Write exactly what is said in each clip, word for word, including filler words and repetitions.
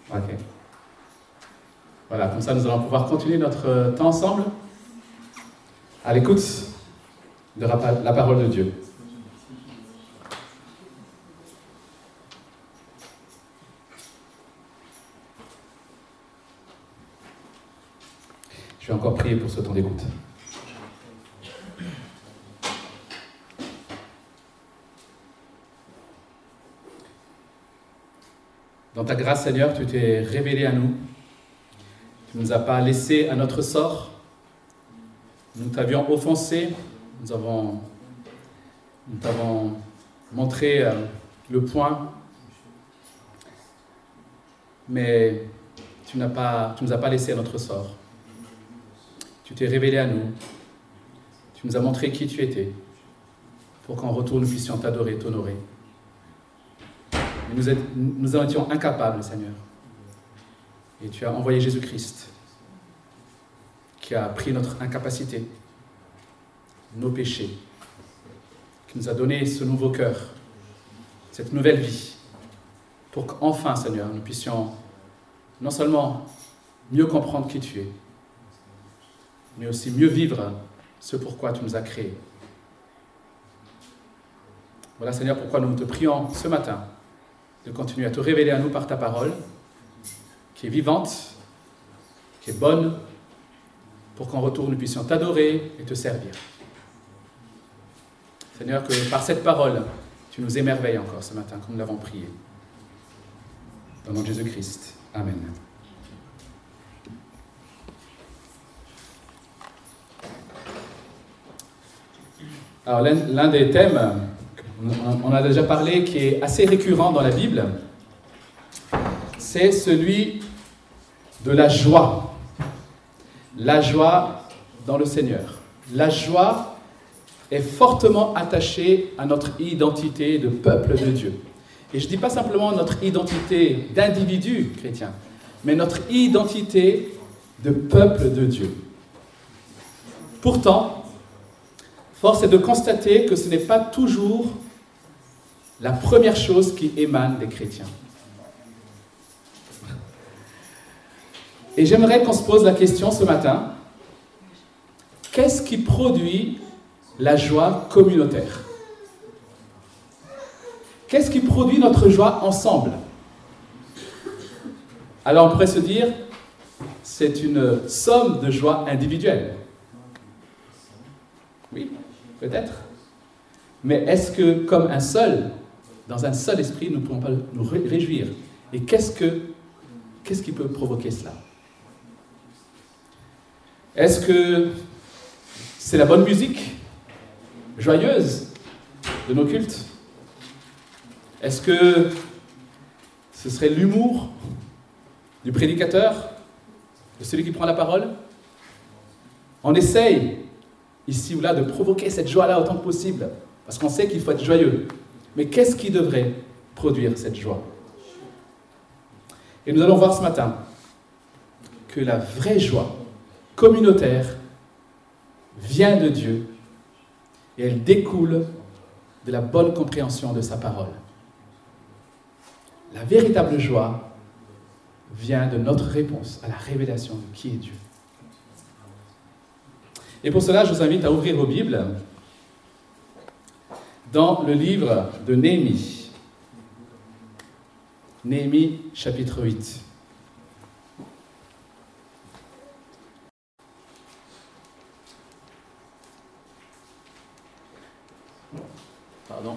Ok. Voilà, comme ça nous allons pouvoir continuer notre temps ensemble à l'écoute de la parole de Dieu. Je vais encore prier pour ce temps d'écoute. Dans ta grâce, Seigneur, tu t'es révélé à nous. Tu ne nous as pas laissés à notre sort. Nous t'avions offensé. Nous avons, nous t'avons montré euh, le point. Mais tu n'as pas, tu ne nous as pas laissés à notre sort. Tu t'es révélé à nous. Tu nous as montré qui tu étais. Pour qu'en retour, nous puissions t'adorer, t'honorer. Mais nous, êtes, nous en étions incapables, Seigneur. Et tu as envoyé Jésus-Christ, qui a pris notre incapacité, nos péchés, qui nous a donné ce nouveau cœur, cette nouvelle vie, pour qu'enfin, Seigneur, nous puissions non seulement mieux comprendre qui tu es, mais aussi mieux vivre ce pourquoi tu nous as créés. Voilà, Seigneur, pourquoi nous te prions ce matin de continuer à te révéler à nous par ta parole, qui est vivante, qui est bonne, pour qu'en retour nous puissions t'adorer et te servir. Seigneur, que par cette parole, tu nous émerveilles encore ce matin, comme nous l'avons prié. Dans le nom de Jésus-Christ. Amen. Alors, l'un, l'un des thèmes, on a déjà parlé, qui est assez récurrent dans la Bible, c'est celui de la joie. La joie dans le Seigneur. La joie est fortement attachée à notre identité de peuple de Dieu. Et je ne dis pas simplement notre identité d'individu chrétien, mais notre identité de peuple de Dieu. Pourtant, force est de constater que ce n'est pas toujours la première chose qui émane des chrétiens. Et j'aimerais qu'on se pose la question ce matin, qu'est-ce qui produit la joie communautaire? Qu'est-ce qui produit notre joie ensemble? Alors on pourrait se dire, c'est une somme de joie individuelle. Oui, peut-être. Mais est-ce que, comme un seul, dans un seul esprit, nous ne pouvons pas nous réjouir? Et qu'est-ce que, qu'est-ce qui peut provoquer cela? Est-ce que c'est la bonne musique joyeuse de nos cultes? Est-ce que ce serait l'humour du prédicateur, de celui qui prend la parole? On essaye, ici ou là, de provoquer cette joie-là autant que possible, parce qu'on sait qu'il faut être joyeux. Mais qu'est-ce qui devrait produire cette joie? Et nous allons voir ce matin que la vraie joie communautaire vient de Dieu et elle découle de la bonne compréhension de sa parole. La véritable joie vient de notre réponse à la révélation de qui est Dieu. Et pour cela, je vous invite à ouvrir vos Bibles dans le livre de Néhémie. Néhémie, chapitre huit. Pardon.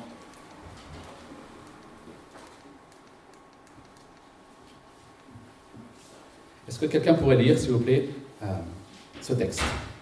Est-ce que quelqu'un pourrait lire, s'il vous plaît, euh, ce texte?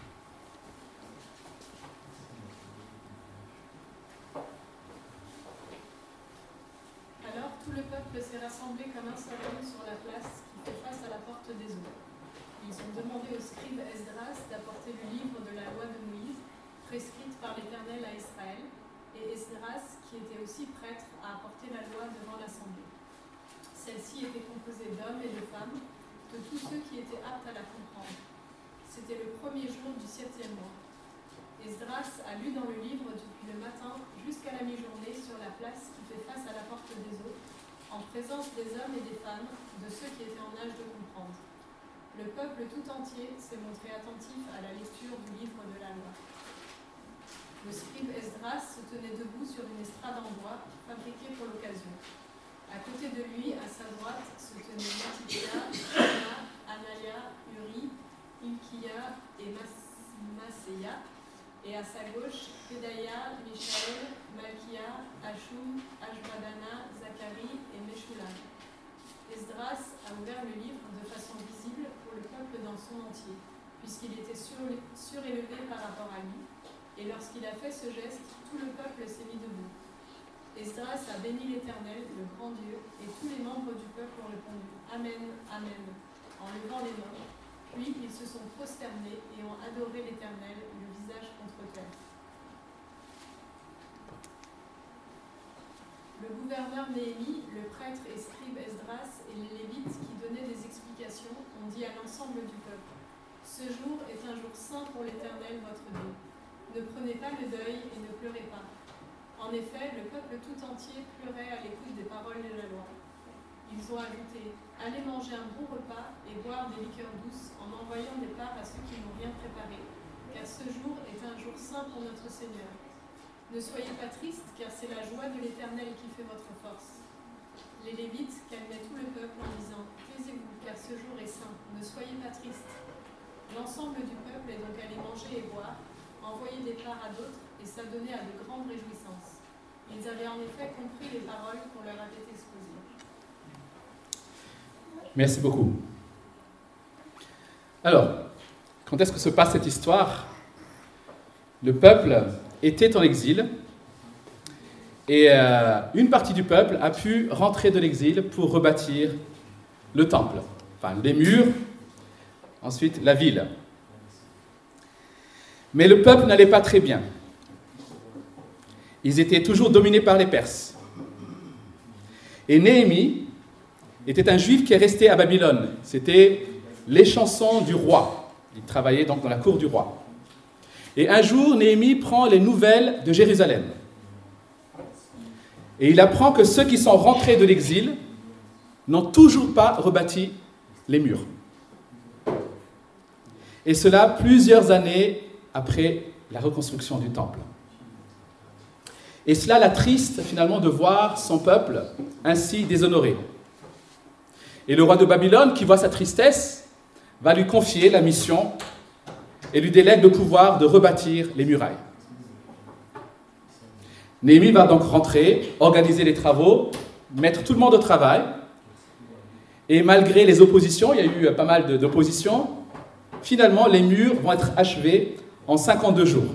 Alors tout le peuple s'est rassemblé comme un seul homme sur la place qui fait face à la porte des eaux. Ils ont demandé au scribe Esdras d'apporter le livre de la loi de Moïse, prescrite par l'Éternel à Israël, et Esdras, qui était aussi prêtre, a apporté la loi devant l'assemblée. Celle-ci était composée d'hommes et de femmes, de tous ceux qui étaient aptes à la comprendre. C'était le premier jour du septième mois. Esdras a lu dans le livre depuis le matin jusqu'à la mi-journée sur la place qui fait face à la porte des eaux, en présence des hommes et des femmes, de ceux qui étaient âge de comprendre. Le peuple tout entier s'est montré attentif à la lecture du livre de la loi. Le scribe Esdras se tenait debout sur une estrade en bois, fabriquée pour l'occasion. À côté de lui, à sa droite, se tenaient Matithia, Anna, Anaya, Uri, Ilkia et Maséia, et à sa gauche, Pédaïa, Michaël, Malkia, Hachum, Ashbadana, Zacharie et Meshulam. Esdras a ouvert le livre de façon visible pour le peuple dans son entier, puisqu'il était sur, surélevé par rapport à lui, et lorsqu'il a fait ce geste, tout le peuple s'est mis debout. Esdras a béni l'Éternel, le grand Dieu, et tous les membres du peuple ont répondu « Amen, Amen » en levant les mains. Puis ils se sont prosternés et ont adoré l'Éternel, le visage contre terre. Le gouverneur Néhémie, le prêtre et scribe Esdras et les Lévites qui donnaient des explications ont dit à l'ensemble du peuple « Ce jour est un jour saint pour l'Éternel votre Dieu. Ne prenez pas le deuil et ne pleurez pas. » En effet, le peuple tout entier pleurait à l'écoute des paroles de la loi. Ils ont ajouté « Allez manger un bon repas et boire des liqueurs douces en envoyant des parts à ceux qui n'ont rien préparé, car ce jour est un jour saint pour notre Seigneur. Ne soyez pas tristes, car c'est la joie de l'Éternel qui fait votre force. » Les Lévites calmaient tout le peuple en disant « Taisez-vous, car ce jour est saint, ne soyez pas tristes. » L'ensemble du peuple est donc allé manger et boire, envoyer des parts à d'autres et s'adonner à de grandes réjouissances. Ils avaient en effet compris les paroles qu'on leur avait exposées. Merci beaucoup. Alors, quand est-ce que se passe cette histoire ? Le peuple était en exil et euh, une partie du peuple a pu rentrer de l'exil pour rebâtir le temple, enfin les murs, ensuite la ville. Mais le peuple n'allait pas très bien. Ils étaient toujours dominés par les Perses. Et Néhémie était un juif qui est resté à Babylone. C'était l'échanson du roi. Il travaillait donc dans la cour du roi. Et un jour, Néhémie prend les nouvelles de Jérusalem. Et il apprend que ceux qui sont rentrés de l'exil n'ont toujours pas rebâti les murs. Et cela plusieurs années après la reconstruction du temple. Et cela l'attriste finalement de voir son peuple ainsi déshonoré. Et le roi de Babylone, qui voit sa tristesse, va lui confier la mission et lui délègue le pouvoir de rebâtir les murailles. Néhémie va donc rentrer, organiser les travaux, mettre tout le monde au travail. Et malgré les oppositions, il y a eu pas mal d'oppositions, finalement les murs vont être achevés en cinquante-deux jours.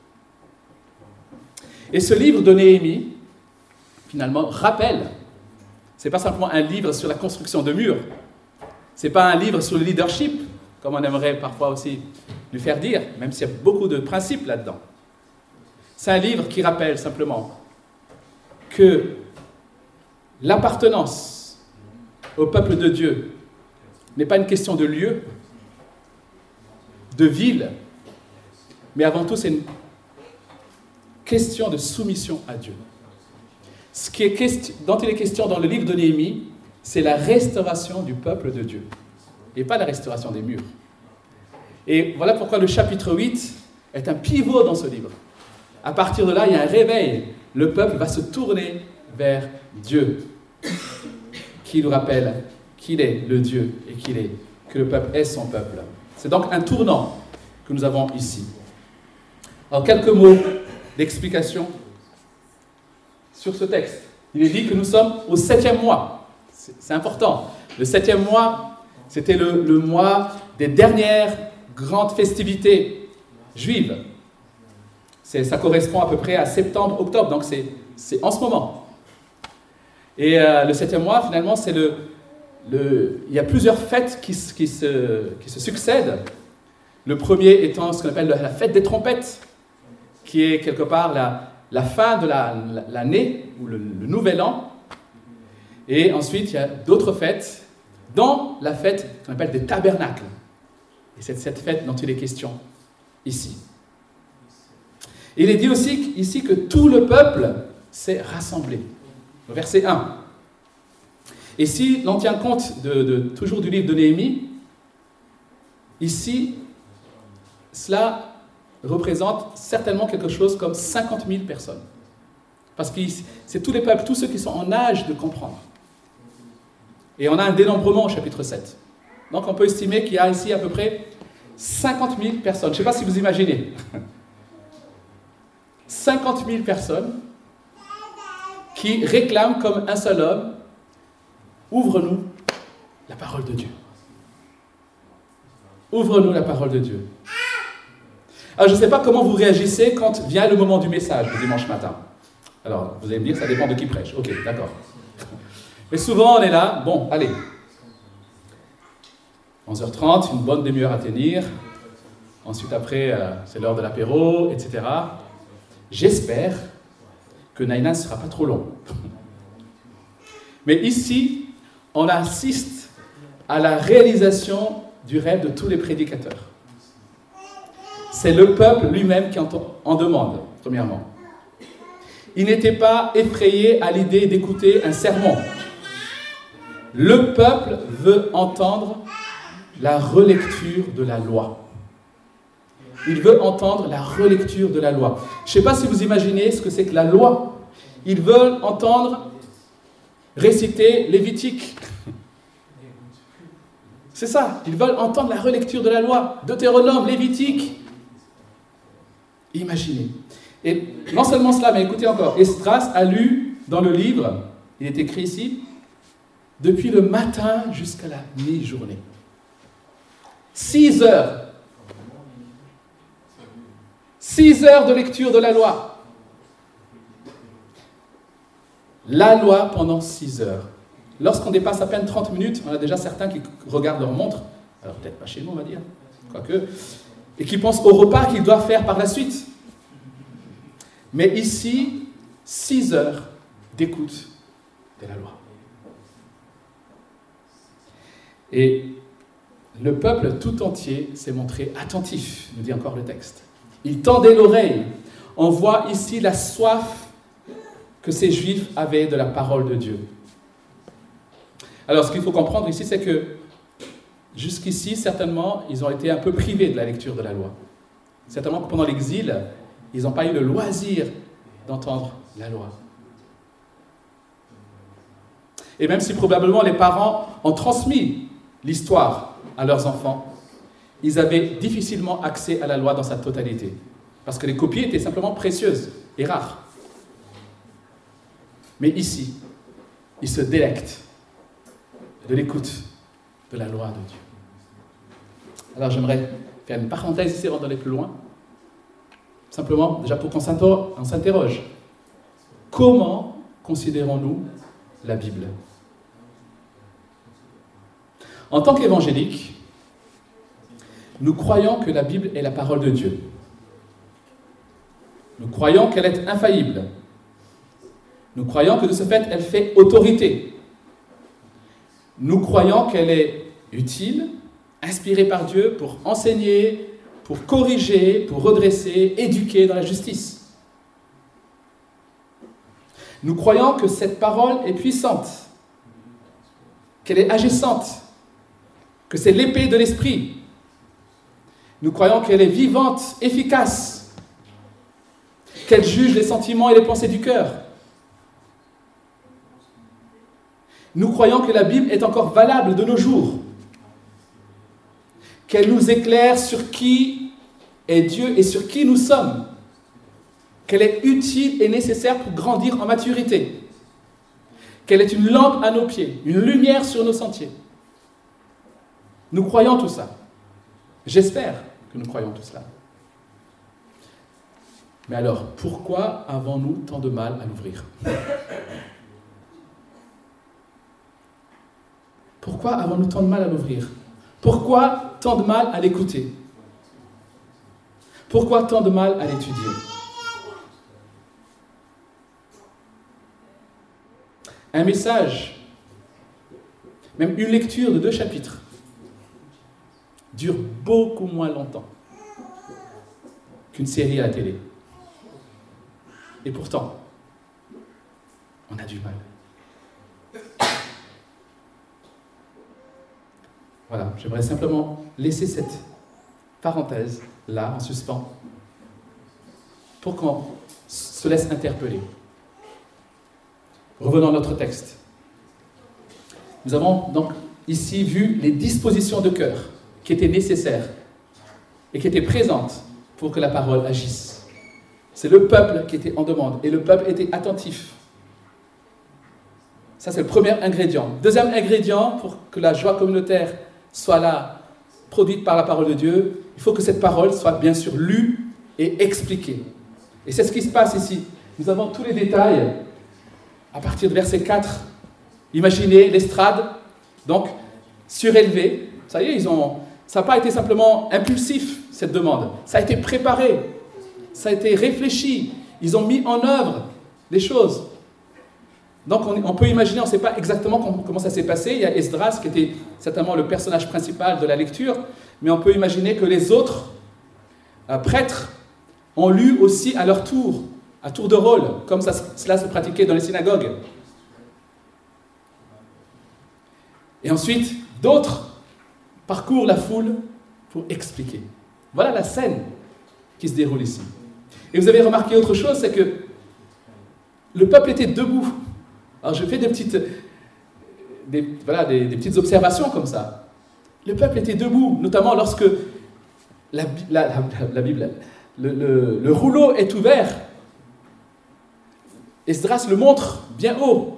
Et ce livre de Néhémie, finalement, rappelle, ce n'est pas simplement un livre sur la construction de murs, ce n'est pas un livre sur le leadership, comme on aimerait parfois aussi lui faire dire, même s'il y a beaucoup de principes là-dedans. C'est un livre qui rappelle simplement que l'appartenance au peuple de Dieu n'est pas une question de lieu, de ville, mais avant tout c'est une question de soumission à Dieu. Ce qui est question, dont il est question dans le livre de Néhémie, c'est la restauration du peuple de Dieu, et pas la restauration des murs. Et voilà pourquoi le chapitre huit est un pivot dans ce livre. À partir de là, il y a un réveil. Le peuple va se tourner vers Dieu, qui nous rappelle qu'il est le Dieu et qu'il est, que le peuple est son peuple. C'est donc un tournant que nous avons ici. Alors, quelques mots d'explication sur ce texte. Il est dit que nous sommes au septième mois. C'est, c'est important. Le septième mois, c'était le, le mois des dernières grandes festivités juives. C'est, ça correspond à peu près à septembre, octobre, donc c'est, c'est en ce moment. Et euh, le septième mois, finalement, c'est le, le... Il y a plusieurs fêtes qui, qui, se, qui se succèdent. Le premier étant ce qu'on appelle la fête des trompettes, qui est quelque part la, la fin de la, la, l'année, ou le, le nouvel an. Et ensuite, il y a d'autres fêtes, dont la fête qu'on appelle des tabernacles. Et c'est cette fête dont il est question ici. Et il est dit aussi ici que tout le peuple s'est rassemblé. Au verset un. Et si l'on tient compte de, de, toujours du livre de Néhémie, ici, cela représente certainement quelque chose comme cinquante mille personnes. Parce que c'est tous les peuples, tous ceux qui sont en âge de comprendre. Et on a un dénombrement au chapitre sept. Donc on peut estimer qu'il y a ici à peu près cinquante mille personnes. Je ne sais pas si vous imaginez. cinquante mille personnes qui réclament comme un seul homme, ouvre-nous la parole de Dieu. Ouvre-nous la parole de Dieu. Alors je ne sais pas comment vous réagissez quand vient le moment du message, le dimanche matin. Alors vous allez me dire, ça dépend de qui prêche. Ok, d'accord. Mais souvent on est là, bon, allez. onze heures trente, une bonne demi-heure à tenir. Ensuite après, euh, c'est l'heure de l'apéro, et cetera. J'espère que Naïna ne sera pas trop long. Mais ici, on assiste à la réalisation du rêve de tous les prédicateurs. C'est le peuple lui-même qui en demande, premièrement. Il n'était pas effrayé à l'idée d'écouter un sermon. Le peuple veut entendre la relecture de la loi. Il veut entendre la relecture de la loi. Je ne sais pas si vous imaginez ce que c'est que la loi. Ils veulent entendre réciter Lévitique. C'est ça, ils veulent entendre la relecture de la loi. Deutéronome, Lévitique. Imaginez. Et non seulement cela, mais écoutez encore. Esdras a lu dans le livre, il est écrit ici, depuis le matin jusqu'à la mi-journée. Six heures. Six heures de lecture de la loi. La loi pendant six heures. Lorsqu'on dépasse à peine trente minutes, on a déjà certains qui regardent leur montre, alors peut-être pas chez nous on va dire, quoique, et qui pensent au repas qu'ils doivent faire par la suite. Mais ici, six heures d'écoute de la loi. Et le peuple tout entier s'est montré attentif, nous dit encore le texte. Il tendait l'oreille. On voit ici la soif que ces Juifs avaient de la parole de Dieu. Alors, ce qu'il faut comprendre ici, c'est que jusqu'ici, certainement, ils ont été un peu privés de la lecture de la loi. Certainement que pendant l'exil, ils n'ont pas eu le loisir d'entendre la loi. Et même si probablement les parents ont transmis l'histoire à leurs enfants, ils avaient difficilement accès à la loi dans sa totalité. Parce que les copies étaient simplement précieuses et rares. Mais ici, ils se délectent de l'écoute de la loi de Dieu. Alors j'aimerais faire une parenthèse ici avant d'aller plus loin. Simplement, déjà pour qu'on s'interroge. Comment considérons-nous la Bible ? En tant qu'évangéliques, nous croyons que la Bible est la parole de Dieu. Nous croyons qu'elle est infaillible. Nous croyons que de ce fait, elle fait autorité. Nous croyons qu'elle est utile, inspirée par Dieu pour enseigner, pour corriger, pour redresser, éduquer dans la justice. Nous croyons que cette parole est puissante, qu'elle est agissante, que c'est l'épée de l'esprit. Nous croyons qu'elle est vivante, efficace, qu'elle juge les sentiments et les pensées du cœur. Nous croyons que la Bible est encore valable de nos jours, qu'elle nous éclaire sur qui est Dieu et sur qui nous sommes, qu'elle est utile et nécessaire pour grandir en maturité, qu'elle est une lampe à nos pieds, une lumière sur nos sentiers. Nous croyons tout ça. J'espère que nous croyons tout cela. Mais alors, pourquoi avons-nous tant de mal à l'ouvrir ? Pourquoi avons-nous tant de mal à l'ouvrir ? Pourquoi tant de mal à l'écouter ? Pourquoi tant de mal à l'étudier ? Un message, même une lecture de deux chapitres, dure beaucoup moins longtemps qu'une série à la télé. Et pourtant, on a du mal. Voilà, j'aimerais simplement laisser cette parenthèse là, en suspens, pour qu'on se laisse interpeller. Revenons à notre texte. Nous avons donc ici vu les dispositions de cœur qui étaient nécessaires et qui étaient présentes pour que la parole agisse. C'est le peuple qui était en demande et le peuple était attentif. Ça, c'est le premier ingrédient. Deuxième ingrédient, pour que la joie communautaire soit là, produite par la parole de Dieu, il faut que cette parole soit bien sûr lue et expliquée. Et c'est ce qui se passe ici. Nous avons tous les détails à partir de verset quatre. Imaginez l'estrade, donc surélevée. Ça y est, ils ont, ça n'a pas été simplement impulsif, cette demande. Ça a été préparé, ça a été réfléchi. Ils ont mis en œuvre les choses. Donc on, on peut imaginer, on ne sait pas exactement comment ça s'est passé. Il y a Esdras qui était certainement le personnage principal de la lecture, mais on peut imaginer que les autres euh, prêtres ont lu aussi à leur tour, à tour de rôle, comme ça, cela se pratiquait dans les synagogues. Et ensuite, d'autres parcourent la foule pour expliquer. Voilà la scène qui se déroule ici. Et vous avez remarqué autre chose, c'est que le peuple était debout. Alors je fais des petites, des, voilà, des, des petites observations comme ça. Le peuple était debout, notamment lorsque la, la, la, la Bible, le, le, le rouleau est ouvert. Esdras le montre bien haut.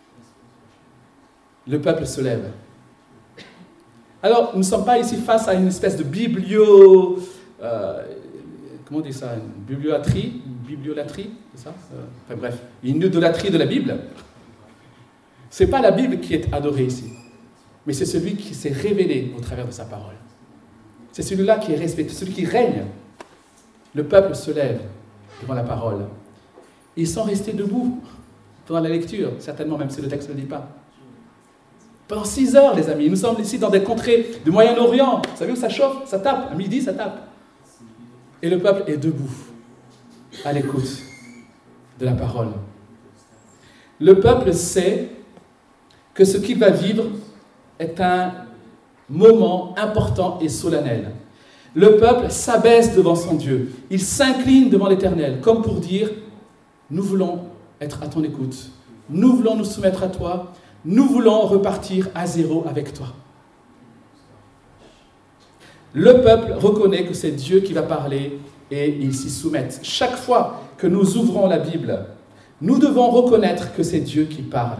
Le peuple se lève. Alors, nous ne sommes pas ici face à une espèce de biblio... Euh, comment on dit ça? Une bibliolatrie? Une bibliolatrie, c'est ça? euh, Enfin bref, une idolâtrie de la Bible. Ce n'est pas la Bible qui est adorée ici, mais c'est celui qui s'est révélé au travers de sa parole. C'est celui-là qui est respecté, celui qui règne. Le peuple se lève devant la parole. Ils sont restés debout pendant la lecture, certainement, même si le texte ne le dit pas. Pendant six heures, les amis. Nous sommes ici dans des contrées du Moyen-Orient. Vous savez où ça chauffe? Ça tape. À midi, ça tape. Et le peuple est debout, à l'écoute de la parole. Le peuple sait que ce qu'il va vivre est un moment important et solennel. Le peuple s'abaisse devant son Dieu. Il s'incline devant l'Éternel, comme pour dire, nous voulons être à ton écoute. Nous voulons nous soumettre à toi. Nous voulons repartir à zéro avec toi. Le peuple reconnaît que c'est Dieu qui va parler et ils s'y soumettent. Chaque fois que nous ouvrons la Bible, nous devons reconnaître que c'est Dieu qui parle.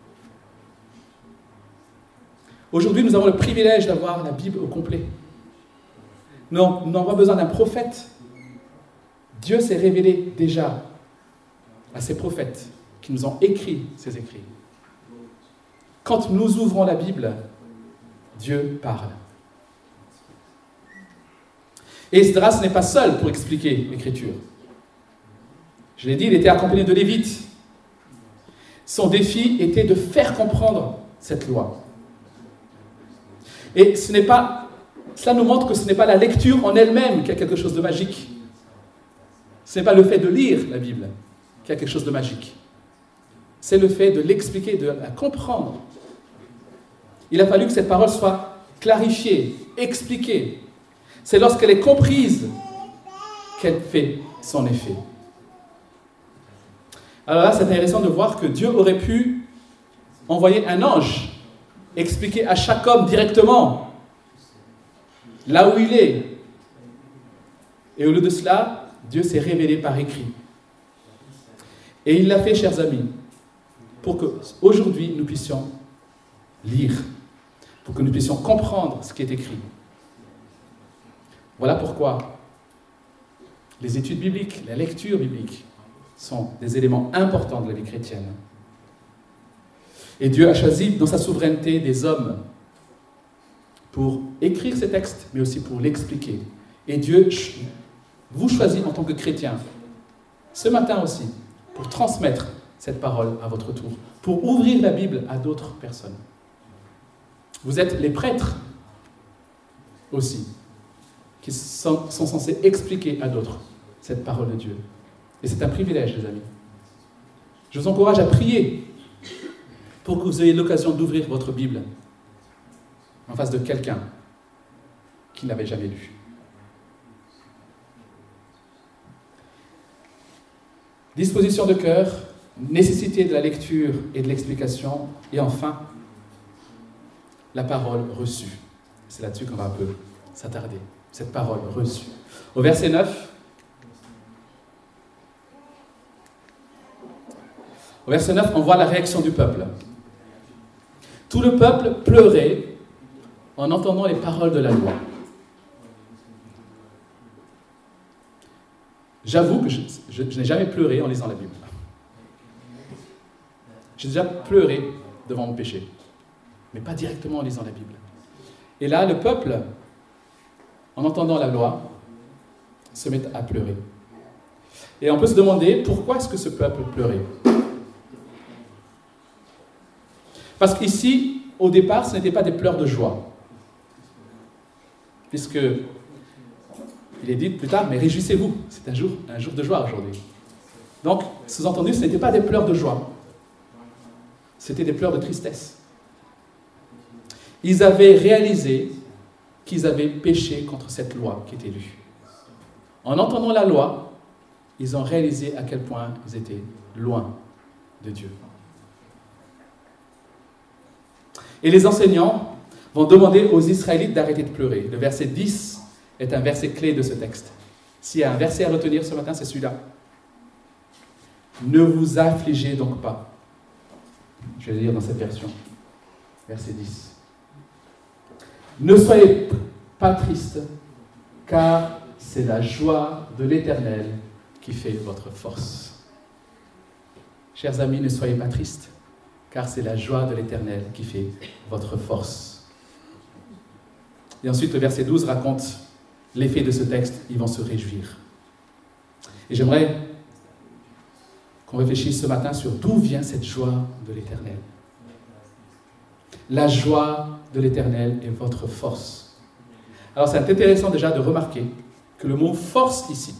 Aujourd'hui, nous avons le privilège d'avoir la Bible au complet. Nous n'avons pas besoin d'un prophète. Dieu s'est révélé déjà à ses prophètes qui nous ont écrit ces écrits. Quand nous ouvrons la Bible, Dieu parle. Et Esdras n'est pas seul pour expliquer l'Écriture. Je l'ai dit, il était accompagné de Lévites. Son défi était de faire comprendre cette loi. Et ce n'est pas, cela nous montre que ce n'est pas la lecture en elle-même qui a quelque chose de magique. Ce n'est pas le fait de lire la Bible qui a quelque chose de magique. C'est le fait de l'expliquer, de la comprendre. Il a fallu que cette parole soit clarifiée, expliquée. C'est lorsqu'elle est comprise qu'elle fait son effet. Alors là, c'est intéressant de voir que Dieu aurait pu envoyer un ange, expliquer à chaque homme directement là où il est. Et au lieu de cela, Dieu s'est révélé par écrit. Et il l'a fait, chers amis, pour qu'aujourd'hui nous puissions lire, pour que nous puissions comprendre ce qui est écrit. Voilà pourquoi les études bibliques, la lecture biblique sont des éléments importants de la vie chrétienne. Et Dieu a choisi dans sa souveraineté des hommes pour écrire ces textes, mais aussi pour l'expliquer. Et Dieu vous choisit en tant que chrétien, ce matin aussi, pour transmettre cette parole à votre tour, pour ouvrir la Bible à d'autres personnes. Vous êtes les prêtres aussi, qui sont, sont censés expliquer à d'autres cette parole de Dieu. Et c'est un privilège, les amis. Je vous encourage à prier pour que vous ayez l'occasion d'ouvrir votre Bible. en face de quelqu'un qui n'avait jamais lu. Disposition de cœur, nécessité de la lecture et de l'explication, et enfin, la parole reçue. C'est là-dessus qu'on va un peu s'attarder, cette parole reçue. Au verset neuf, au verset neuf, on voit la réaction du peuple. Tout le peuple pleurait en entendant les paroles de la loi. J'avoue que je, je, je n'ai jamais pleuré en lisant la Bible. J'ai déjà pleuré devant mon péché, mais pas directement en lisant la Bible. Et là, le peuple, en entendant la loi, se met à pleurer. Et on peut se demander pourquoi est-ce que ce peuple pleurait. Parce qu'ici, au départ, ce n'était pas des pleurs de joie. Puisque, il est dit plus tard, mais réjouissez-vous, c'est un jour, un jour de joie aujourd'hui. Donc, sous-entendu, ce n'était pas des pleurs de joie. C'était des pleurs de tristesse. Ils avaient réalisé qu'ils avaient péché contre cette loi qui était lue. En entendant la loi, ils ont réalisé à quel point ils étaient loin de Dieu. Et les enseignants vont demander aux Israélites d'arrêter de pleurer. Le verset dix est un verset clé de ce texte. S'il y a un verset à retenir ce matin, c'est celui-là. Ne vous affligez donc pas. Je vais le lire dans cette version. Verset dix. Ne soyez pas tristes, car c'est la joie de l'Éternel qui fait votre force. Chers amis, ne soyez pas tristes, car c'est la joie de l'Éternel qui fait votre force. Et ensuite, le verset douze raconte l'effet de ce texte. Ils vont se réjouir. Et j'aimerais qu'on réfléchisse ce matin sur d'où vient cette joie de l'Éternel. La joie de l'Éternel est votre force. Alors c'est intéressant déjà de remarquer que le mot « force » ici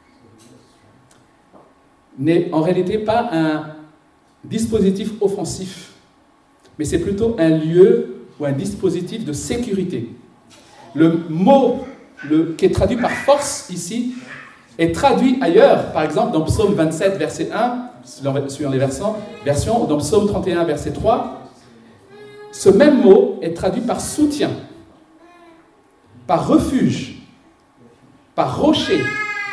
n'est en réalité pas un dispositif offensif, mais c'est plutôt un lieu ou un dispositif de sécurité. Le mot le, qui est traduit par « force » ici est traduit ailleurs, par exemple dans Psaume vingt-sept, verset un, suivant les versants, version, ou dans Psaume trente et un, verset trois. Ce même mot est traduit par soutien, par refuge, par rocher,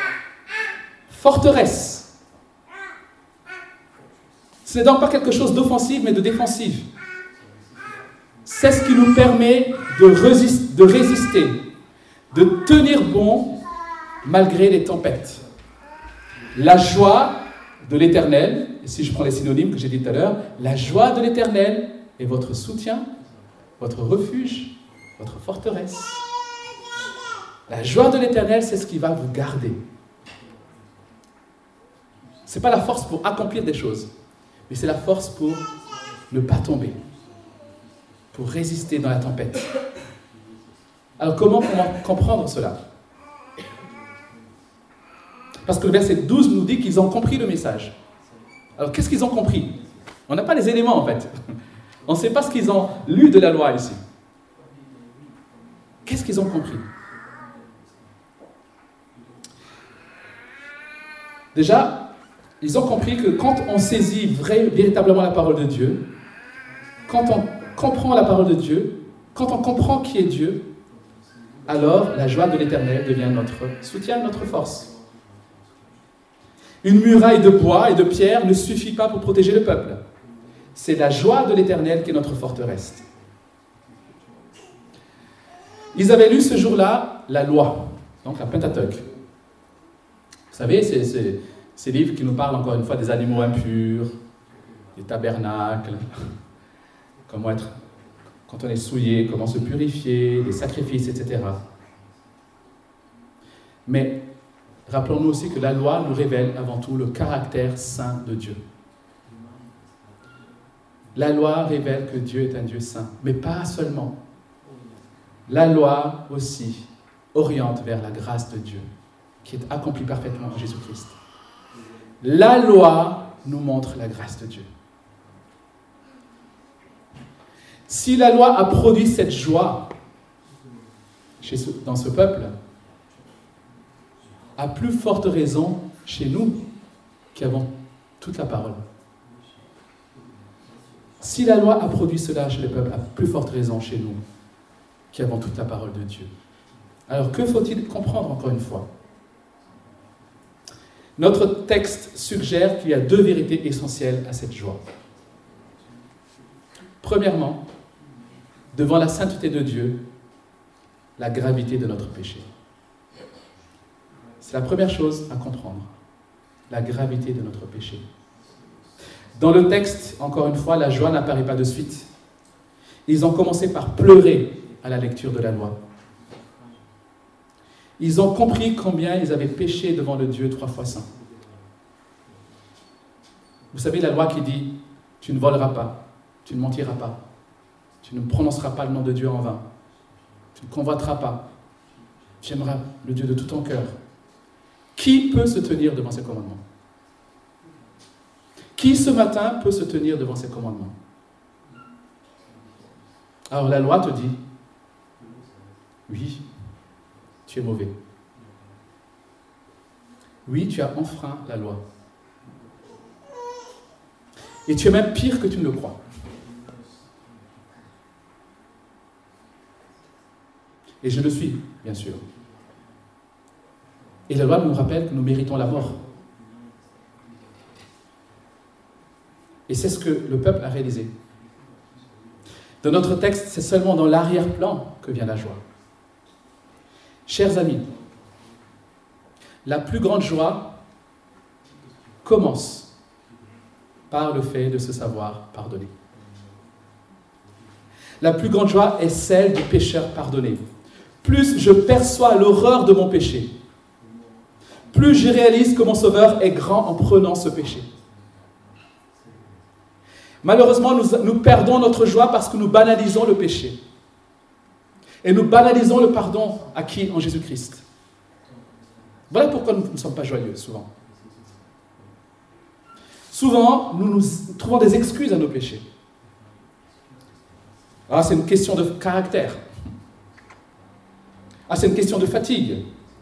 forteresse. Ce n'est donc pas quelque chose d'offensif, mais de défensif. C'est ce qui nous permet de, résist- de résister, de tenir bon malgré les tempêtes. La joie de l'Éternel, et si je prends les synonymes que j'ai dit tout à l'heure, la joie de l'Éternel est votre soutien, votre refuge, votre forteresse. La joie de l'Éternel, c'est ce qui va vous garder. Ce n'est pas la force pour accomplir des choses, mais c'est la force pour ne pas tomber, pour résister dans la tempête. Alors comment comprendre cela ? Parce que le verset douze nous dit qu'ils ont compris le message. Alors qu'est-ce qu'ils ont compris ? On n'a pas les éléments en fait. On ne sait pas ce qu'ils ont lu de la loi ici. Qu'est-ce qu'ils ont compris ? Déjà, ils ont compris que quand on saisit vrai, véritablement la parole de Dieu, quand on comprend la parole de Dieu, quand on comprend qui est Dieu, alors la joie de l'Éternel devient notre soutien, notre force. Une muraille de bois et de pierre ne suffit pas pour protéger le peuple. C'est la joie de l'Éternel qui est notre forteresse. Ils avaient lu ce jour-là la loi, donc la Pentateuque. Vous savez, c'est, c'est ces livres qui nous parlent encore une fois des animaux impurs, des tabernacles, comment être, quand on est souillé, comment se purifier, les sacrifices, et cetera. Mais rappelons-nous aussi que la loi nous révèle avant tout le caractère saint de Dieu. La loi révèle que Dieu est un Dieu saint, mais pas seulement. La loi aussi oriente vers la grâce de Dieu, qui est accomplie parfaitement en Jésus-Christ. La loi nous montre la grâce de Dieu. Si la loi a produit cette joie chez ce, dans ce peuple, à plus forte raison chez nous qui avons toute la parole. Si la loi a produit cela chez le peuple, à plus forte raison chez nous qui avons toute la parole de Dieu. Alors que faut-il comprendre encore une fois? Notre texte suggère qu'il y a deux vérités essentielles à cette joie. Premièrement, devant la sainteté de Dieu, la gravité de notre péché. C'est la première chose à comprendre, la gravité de notre péché. Dans le texte, encore une fois, la joie n'apparaît pas de suite. Ils ont commencé par pleurer à la lecture de la loi. Ils ont compris combien ils avaient péché devant le Dieu trois fois saint. Vous savez, la loi qui dit « tu ne voleras pas, tu ne mentiras pas, tu ne prononceras pas le nom de Dieu en vain, tu ne convoiteras pas, tu aimeras le Dieu de tout ton cœur ». Qui peut se tenir devant ces commandements? Qui ce matin peut se tenir devant ces commandements? Alors la loi te dit « oui, tu es mauvais. Oui, tu as enfreint la loi. Et tu es même pire que tu ne le crois. » Et je le suis, bien sûr. Et la loi nous rappelle que nous méritons la mort. Et c'est ce que le peuple a réalisé. Dans notre texte, c'est seulement dans l'arrière-plan que vient la joie. Chers amis, la plus grande joie commence par le fait de se savoir pardonner. La plus grande joie est celle du pécheur pardonné. Plus je perçois l'horreur de mon péché, plus je réalise que mon Sauveur est grand en prenant ce péché. Malheureusement, nous, nous perdons notre joie parce que nous banalisons le péché. Et nous banalisons le pardon acquis en Jésus-Christ. Voilà pourquoi nous ne sommes pas joyeux, souvent. Souvent, nous nous trouvons des excuses à nos péchés. Ah, c'est une question de caractère. Ah, c'est une question de fatigue.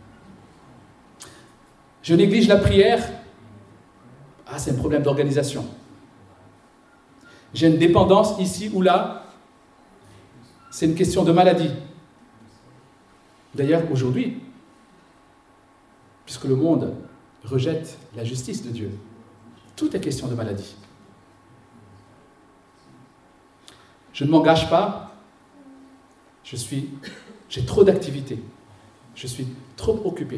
Je néglige la prière. Ah, c'est un problème d'organisation. J'ai une dépendance ici ou là. C'est une question de maladie. D'ailleurs, aujourd'hui, puisque le monde rejette la justice de Dieu, tout est question de maladie. Je ne m'engage pas. Je suis, j'ai trop d'activités. Je suis trop occupé.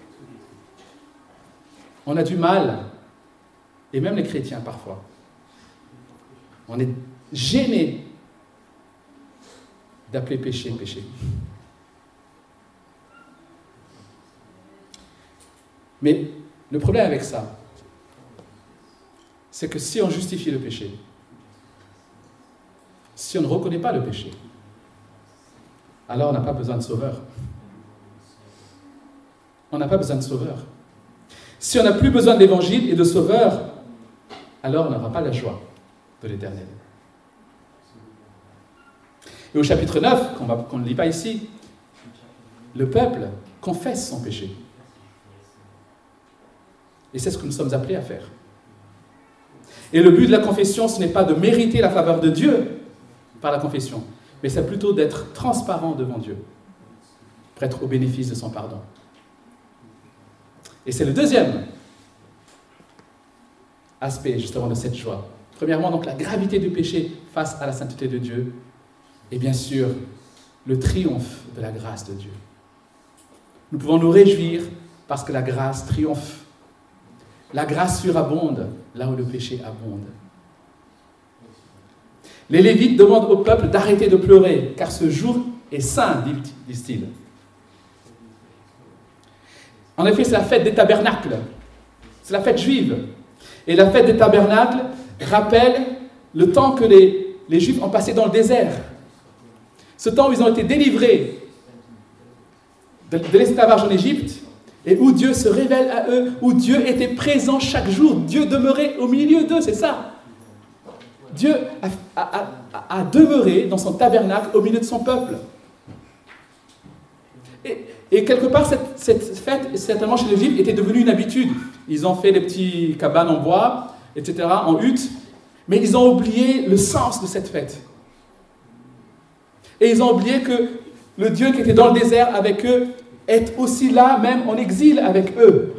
On a du mal, et même les chrétiens parfois, on est gêné d'appeler péché, péché. Mais le problème avec ça, c'est que si on justifie le péché, si on ne reconnaît pas le péché, alors on n'a pas besoin de sauveur. On n'a pas besoin de sauveur. Si on n'a plus besoin de l'évangile et de sauveur, alors on n'aura pas la joie de l'Éternel. Et au chapitre neuf, qu'on, va, qu'on ne lit pas ici, le peuple confesse son péché. Et c'est ce que nous sommes appelés à faire. Et le but de la confession, ce n'est pas de mériter la faveur de Dieu par la confession, mais c'est plutôt d'être transparent devant Dieu, pour être au bénéfice de son pardon. Et c'est le deuxième aspect, justement, de cette joie. Premièrement, donc, la gravité du péché face à la sainteté de Dieu. Et bien sûr, le triomphe de la grâce de Dieu. Nous pouvons nous réjouir parce que la grâce triomphe. La grâce surabonde là où le péché abonde. Les Lévites demandent au peuple d'arrêter de pleurer, car ce jour est saint, disent-ils. En effet, c'est la fête des tabernacles. C'est la fête juive. Et la fête des tabernacles rappelle le temps que les, les Juifs ont passé dans le désert. Ce temps où ils ont été délivrés de, de l'esclavage en Égypte et où Dieu se révèle à eux, où Dieu était présent chaque jour. Dieu demeurait au milieu d'eux, c'est ça. Dieu a, a, a, a demeuré dans son tabernacle au milieu de son peuple. Et, et quelque part, cette, cette fête, certainement chez les Juifs, était devenue une habitude. Ils ont fait des petits cabanes en bois, et cetera, en hutte, mais ils ont oublié le sens de cette fête. Et ils ont oublié que le Dieu qui était dans le désert avec eux est aussi là, même en exil avec eux.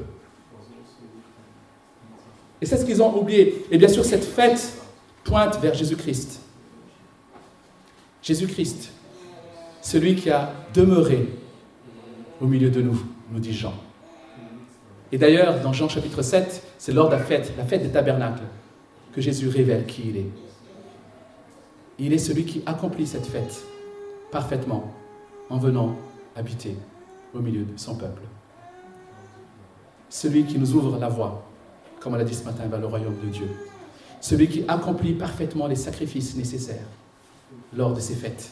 Et c'est ce qu'ils ont oublié. Et bien sûr, cette fête pointe vers Jésus-Christ. Jésus-Christ, celui qui a demeuré au milieu de nous, nous dit Jean. Et d'ailleurs, dans Jean chapitre sept, c'est lors de la fête, la fête des tabernacles, que Jésus révèle qui il est. Il est celui qui accomplit cette fête parfaitement en venant habiter au milieu de son peuple. Celui qui nous ouvre la voie, comme on l'a dit ce matin, vers le royaume de Dieu. Celui qui accomplit parfaitement les sacrifices nécessaires lors de ces fêtes.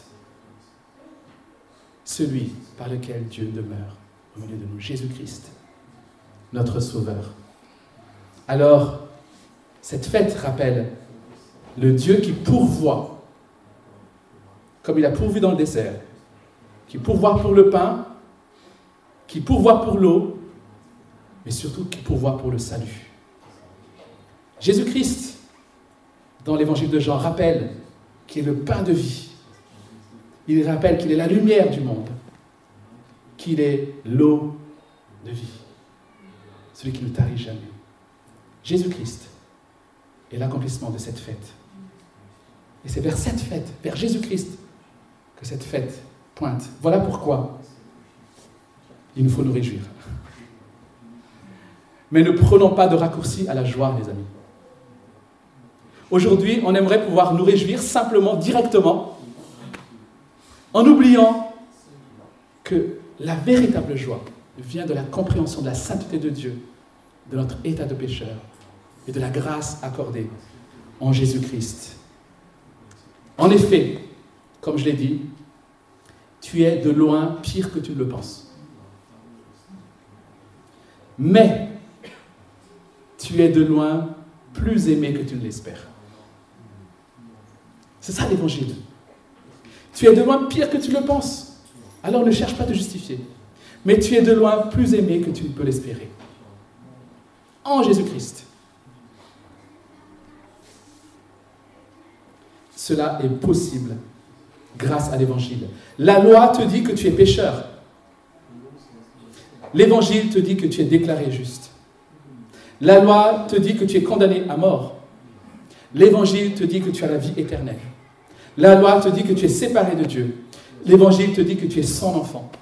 Celui par lequel Dieu demeure au milieu de nous, Jésus-Christ, notre Sauveur. Alors, cette fête rappelle le Dieu qui pourvoit, comme il a pourvu dans le désert, qui pourvoit pour le pain, qui pourvoit pour l'eau, mais surtout qui pourvoit pour le salut. Jésus-Christ, dans l'évangile de Jean, rappelle qu'il est le pain de vie. Il rappelle qu'il est la lumière du monde, qu'il est l'eau de vie, celui qui ne tarit jamais. Jésus-Christ est l'accomplissement de cette fête. Et c'est vers cette fête, vers Jésus-Christ, que cette fête pointe. Voilà pourquoi il nous faut nous réjouir. Mais ne prenons pas de raccourci à la joie, les amis. Aujourd'hui, on aimerait pouvoir nous réjouir simplement, directement, en oubliant que la véritable joie vient de la compréhension de la sainteté de Dieu, de notre état de pécheur et de la grâce accordée en Jésus-Christ. En effet, comme je l'ai dit, tu es de loin pire que tu ne le penses. Mais tu es de loin plus aimé que tu ne l'espères. C'est ça l'évangile. Tu es de loin pire que tu le penses. Alors ne cherche pas à te justifier. Mais tu es de loin plus aimé que tu ne peux l'espérer. En Jésus-Christ. Cela est possible grâce à l'évangile. La loi te dit que tu es pécheur. L'évangile te dit que tu es déclaré juste. La loi te dit que tu es condamné à mort. L'évangile te dit que tu as la vie éternelle. La loi te dit que tu es séparé de Dieu. L'évangile te dit que tu es son enfant.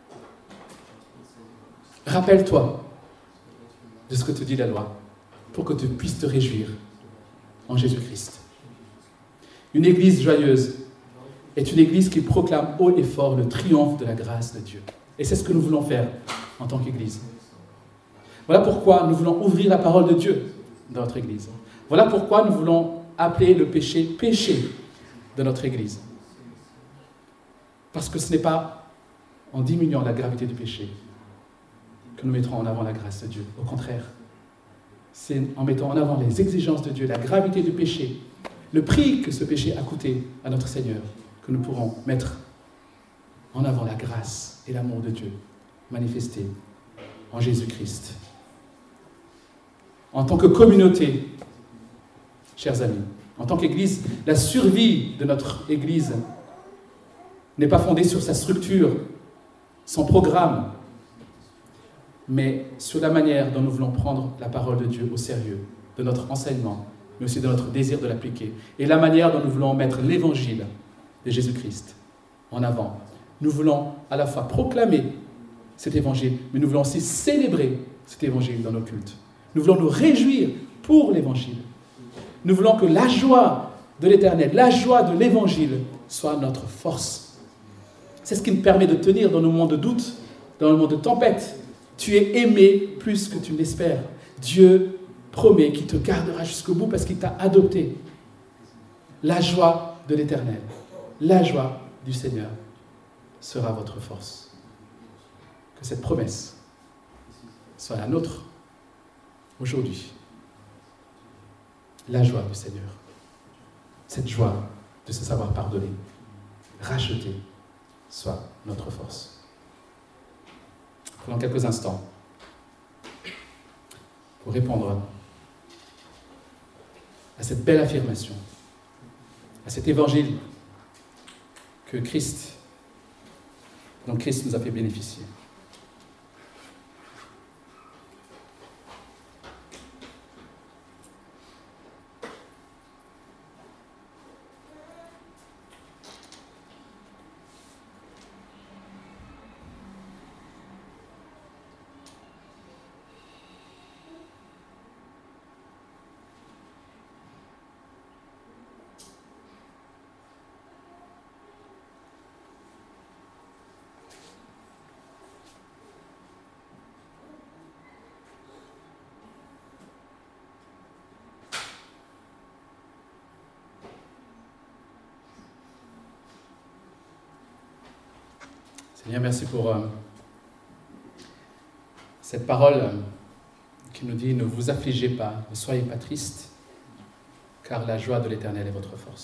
Rappelle-toi de ce que te dit la loi pour que tu puisses te réjouir en Jésus-Christ. Une église joyeuse est une église qui proclame haut et fort le triomphe de la grâce de Dieu. Et c'est ce que nous voulons faire en tant qu'église. Voilà pourquoi nous voulons ouvrir la parole de Dieu dans notre église. Voilà pourquoi nous voulons appeler le péché péché de notre église. Parce que ce n'est pas en diminuant la gravité du péché que nous mettrons en avant la grâce de Dieu. Au contraire, c'est en mettant en avant les exigences de Dieu, la gravité du péché, le prix que ce péché a coûté à notre Seigneur, que nous pourrons mettre en avant la grâce et l'amour de Dieu manifestés en Jésus-Christ. En tant que communauté, chers amis, en tant qu'Église, la survie de notre Église n'est pas fondée sur sa structure, son programme, mais sur la manière dont nous voulons prendre la parole de Dieu au sérieux, de notre enseignement, mais aussi de notre désir de l'appliquer, et la manière dont nous voulons mettre l'évangile de Jésus-Christ en avant. Nous voulons à la fois proclamer cet évangile, mais nous voulons aussi célébrer cet évangile dans nos cultes. Nous voulons nous réjouir pour l'évangile. Nous voulons que la joie de l'éternel, la joie de l'évangile soit notre force. C'est ce qui nous permet de tenir dans nos moments de doute, dans nos moments de tempête. Tu es aimé plus que tu ne l'espères. Dieu promet qu'il te gardera jusqu'au bout parce qu'il t'a adopté. La joie de l'éternel, la joie du Seigneur sera votre force. Que cette promesse soit la nôtre aujourd'hui. La joie du Seigneur. cette joie de se savoir pardonner, racheter, soit notre force. Prenons quelques instants pour répondre à cette belle affirmation, à cet évangile que Christ, dont Christ nous a fait bénéficier. Seigneur, merci pour euh, cette parole euh, qui nous dit « Ne vous affligez pas, ne soyez pas tristes, car la joie de l'Éternel est votre force. »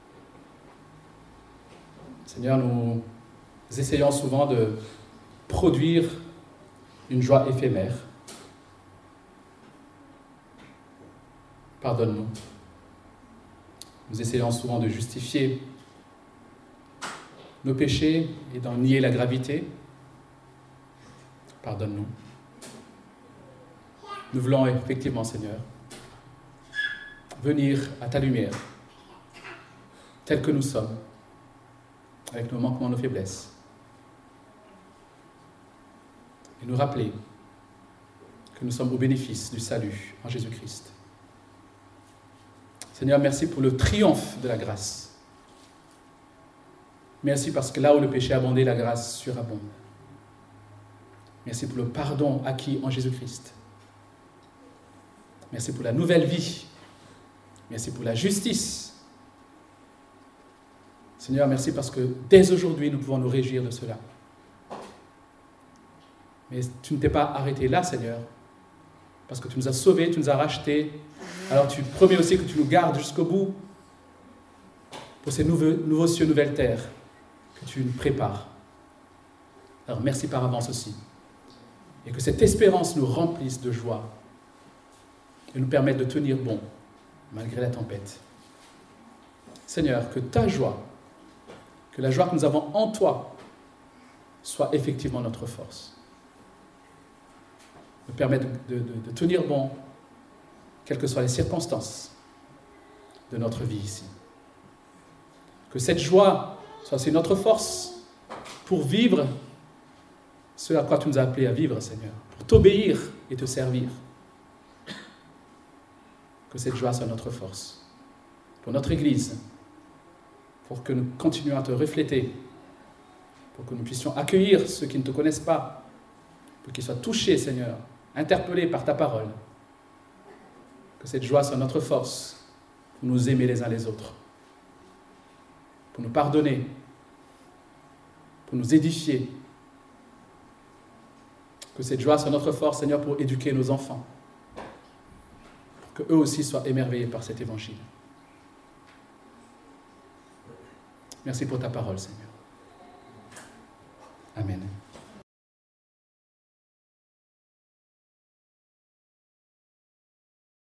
Seigneur, nous essayons souvent de produire une joie éphémère. Pardonne-nous. Nous essayons souvent de justifier nos péchés et d'en nier la gravité. Pardonne-nous. Nous voulons effectivement, Seigneur, venir à ta lumière, tels que nous sommes, avec nos manquements, nos faiblesses, et nous rappeler que nous sommes au bénéfice du salut en Jésus-Christ. Seigneur, merci pour le triomphe de la grâce. Merci parce que là où le péché abondait, la grâce surabonde. Merci pour le pardon acquis en Jésus-Christ. Merci pour la nouvelle vie. Merci pour la justice. Seigneur, merci parce que dès aujourd'hui, nous pouvons nous réjouir de cela. Mais tu ne t'es pas arrêté là, Seigneur, parce que tu nous as sauvés, tu nous as rachetés. Alors tu promets aussi que tu nous gardes jusqu'au bout pour ces nouveaux, nouveaux cieux, nouvelles terres que tu nous prépares. Alors merci par avance aussi. Et que cette espérance nous remplisse de joie et nous permette de tenir bon malgré la tempête. Seigneur, que ta joie, que la joie que nous avons en toi soit effectivement notre force. Nous permette de, de, de tenir bon, quelles que soient les circonstances de notre vie ici. Que cette joie soit aussi notre force pour vivre ce à quoi tu nous as appelés à vivre, Seigneur, pour t'obéir et te servir. Que cette joie soit notre force pour notre Église, pour que nous continuions à te refléter, pour que nous puissions accueillir ceux qui ne te connaissent pas, pour qu'ils soient touchés, Seigneur, interpellés par ta parole. Que cette joie soit notre force pour nous aimer les uns les autres, pour nous pardonner, pour nous édifier. Que cette joie soit notre force, Seigneur, pour éduquer nos enfants, pour qu'eux aussi soient émerveillés par cet évangile. Merci pour ta parole, Seigneur. Amen.